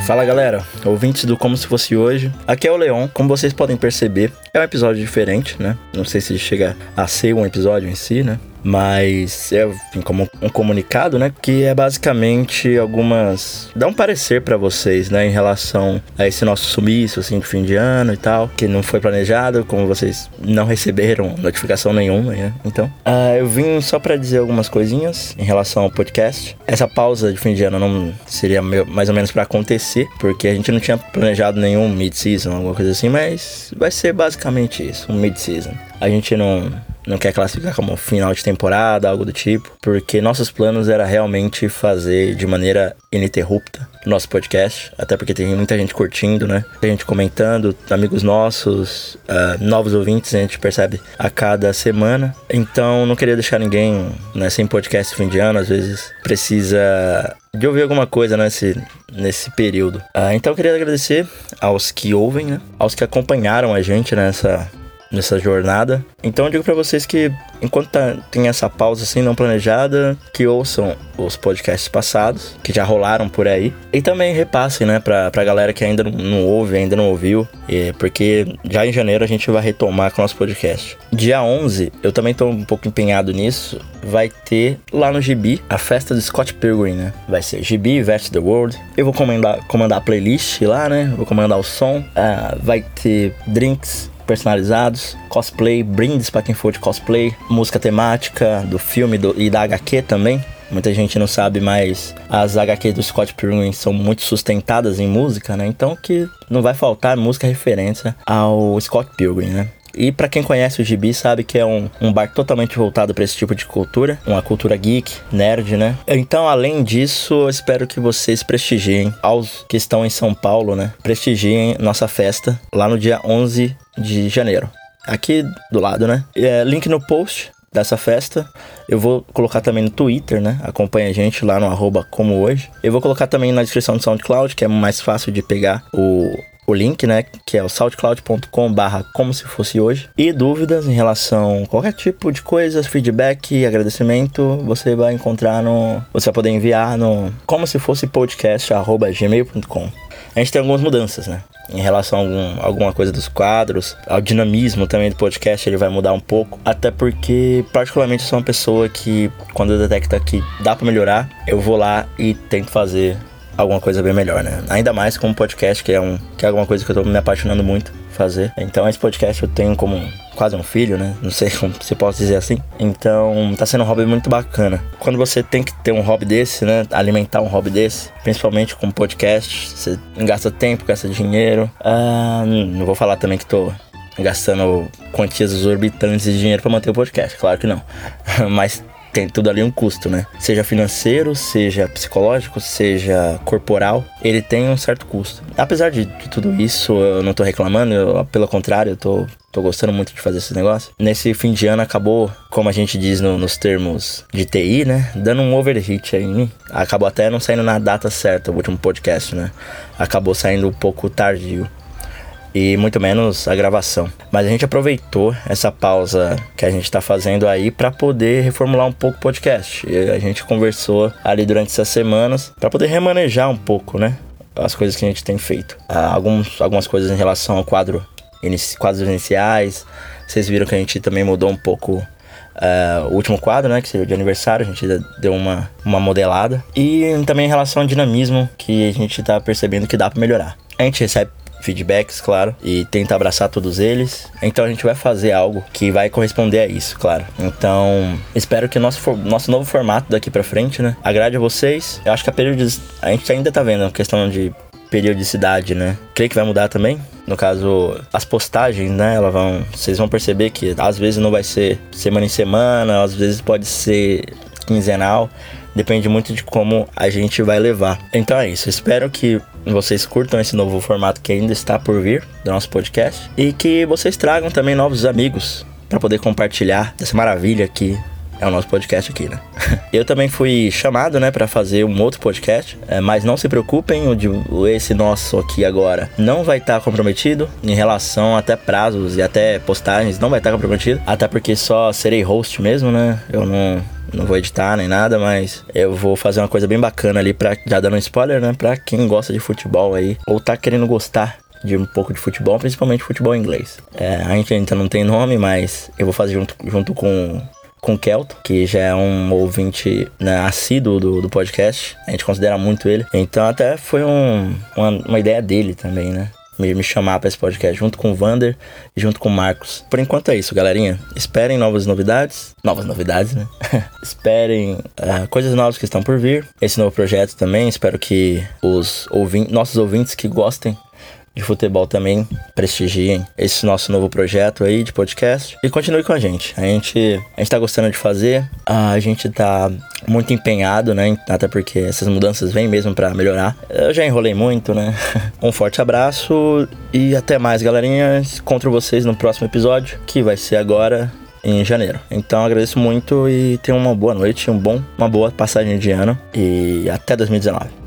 Fala galera, ouvintes do Como Se Fosse Hoje, aqui é o Leon. Como vocês podem perceber, é um episódio diferente, né? Não sei se chega a ser um episódio em si, né? Mas é como um comunicado, né? Que é basicamente dá um parecer pra vocês, né? Em relação a esse nosso sumiço, assim, de fim de ano e tal. Que não foi planejado, como vocês não receberam notificação nenhuma, né? Então, eu vim só pra dizer algumas coisinhas em relação ao podcast. Essa pausa de fim de ano não seria mais ou menos pra acontecer, porque a gente não tinha planejado nenhum mid-season, alguma coisa assim, mas vai ser basicamente isso, um mid-season. A gente não quer classificar como final de temporada, algo do tipo, porque nossos planos era realmente fazer de maneira ininterrupta o nosso podcast, até porque tem muita gente curtindo, né? Tem gente comentando, amigos nossos, novos ouvintes, a gente percebe a cada semana. Então, não queria deixar ninguém, né, sem podcast fim de ano, às vezes precisa de ouvir alguma coisa nesse período. Então, eu queria agradecer aos que ouvem, né? Aos que acompanharam a gente nessa jornada. Então eu digo pra vocês que enquanto tem essa pausa assim não planejada, que ouçam os podcasts passados, que já rolaram por aí, e também repassem, né, pra galera que ainda não ouve, ainda não ouviu, porque já em janeiro a gente vai retomar com o nosso podcast. Dia 11, eu também tô um pouco empenhado nisso, vai ter lá no Gibi a festa do Scott Pilgrim, né? Vai ser Gibi vs The World. Eu vou comandar a playlist lá, né? Vou comandar o som. Vai ter drinks personalizados, cosplay, brindes pra quem for de cosplay, música temática do filme e da HQ também. Muita gente não sabe, mas as HQs do Scott Pilgrim são muito sustentadas em música, né? Então que não vai faltar música referência ao Scott Pilgrim, né? E pra quem conhece o Gibi sabe que é um bar totalmente voltado pra esse tipo de cultura, uma cultura geek, nerd, né? Então, além disso, eu espero que vocês prestigiem, aos que estão em São Paulo, né? Prestigiem nossa festa lá no dia 11 de janeiro. Aqui do lado, né? Link no post dessa festa. Eu vou colocar também no Twitter, né? Acompanha a gente lá no @comohoje. Eu vou colocar também na descrição do SoundCloud, que é mais fácil de pegar o link, né, que é o soundcloud.com/como se fosse hoje. E dúvidas em relação a qualquer tipo de coisa, feedback, agradecimento, você vai encontrar você vai poder enviar no como se fosse podcast@gmail.com. A gente tem algumas mudanças, né, em relação a alguma coisa dos quadros, ao dinamismo também do podcast, ele vai mudar um pouco, até porque particularmente eu sou uma pessoa que quando detecta que dá pra melhorar, eu vou lá e tento fazer alguma coisa bem melhor, né? Ainda mais com um podcast, que é alguma coisa que eu tô me apaixonando muito fazer. Então esse podcast eu tenho como quase um filho, né? Não sei se posso dizer assim. Então tá sendo um hobby muito bacana. Quando você tem que ter um hobby desse, né? Alimentar um hobby desse, principalmente com podcast, você gasta tempo, gasta dinheiro. Não vou falar também que tô gastando quantias exorbitantes de dinheiro pra manter o podcast, claro que não. Mas tem tudo ali um custo, né? Seja financeiro, seja psicológico, seja corporal, ele tem um certo custo. Apesar de tudo isso, eu não tô reclamando, pelo contrário, eu tô gostando muito de fazer esse negócio. Nesse fim de ano acabou, como a gente diz nos termos de TI, né? Dando um overheat aí em mim. Acabou até não saindo na data certa o último podcast, né? Acabou saindo um pouco tardio. E muito menos a gravação. Mas a gente aproveitou essa pausa que a gente tá fazendo aí pra poder reformular um pouco o podcast. E a gente conversou ali durante essas semanas pra poder remanejar um pouco, né? As coisas que a gente tem feito. Algumas coisas em relação ao quadros iniciais. Vocês viram que a gente também mudou um pouco o último quadro, né? Que seria o de aniversário. A gente deu uma modelada. E também em relação ao dinamismo, que a gente tá percebendo que dá pra melhorar. A gente recebe feedbacks, claro, e tenta abraçar todos eles. Então a gente vai fazer algo que vai corresponder a isso, claro. Então espero que o nosso novo formato daqui pra frente, né, agrade a vocês. Eu acho que a gente ainda tá vendo a questão de periodicidade, né? Creio que vai mudar também. No caso, as postagens, né, vocês vão perceber que às vezes não vai ser semana em semana, às vezes pode ser quinzenal. Depende muito de como a gente vai levar. Então é isso. Espero que vocês curtam esse novo formato que ainda está por vir do nosso podcast. E que vocês tragam também novos amigos para poder compartilhar dessa maravilha que é o nosso podcast aqui, né? Eu também fui chamado, né, pra fazer um outro podcast, mas não se preocupem, esse nosso aqui agora não vai estar comprometido em relação até prazos e até postagens, não vai estar comprometido, até porque só serei host mesmo, né? Eu não vou editar nem nada, mas eu vou fazer uma coisa bem bacana ali, já dando um spoiler, né, pra quem gosta de futebol aí, ou tá querendo gostar de um pouco de futebol, principalmente futebol inglês. A gente ainda não tem nome, mas eu vou fazer junto com o Kelton, que já é um ouvinte, né, assíduo do podcast. A gente considera muito ele. Então até foi uma ideia dele também, né? Me chamar para esse podcast junto com o Vander e junto com o Marcos. Por enquanto é isso, galerinha. Esperem novas novidades, né? Esperem coisas novas que estão por vir. Esse novo projeto também, espero que nossos ouvintes que gostem de futebol também prestigiem esse nosso novo projeto aí de podcast e continue com a gente. A gente tá gostando de fazer, a gente tá muito empenhado, né? Até porque essas mudanças vêm mesmo pra melhorar. Eu já enrolei muito, né? Um forte abraço e até mais, galerinha. Encontro vocês no próximo episódio, que vai ser agora em janeiro. Então agradeço muito e tenham uma boa noite, uma boa passagem de ano e até 2019.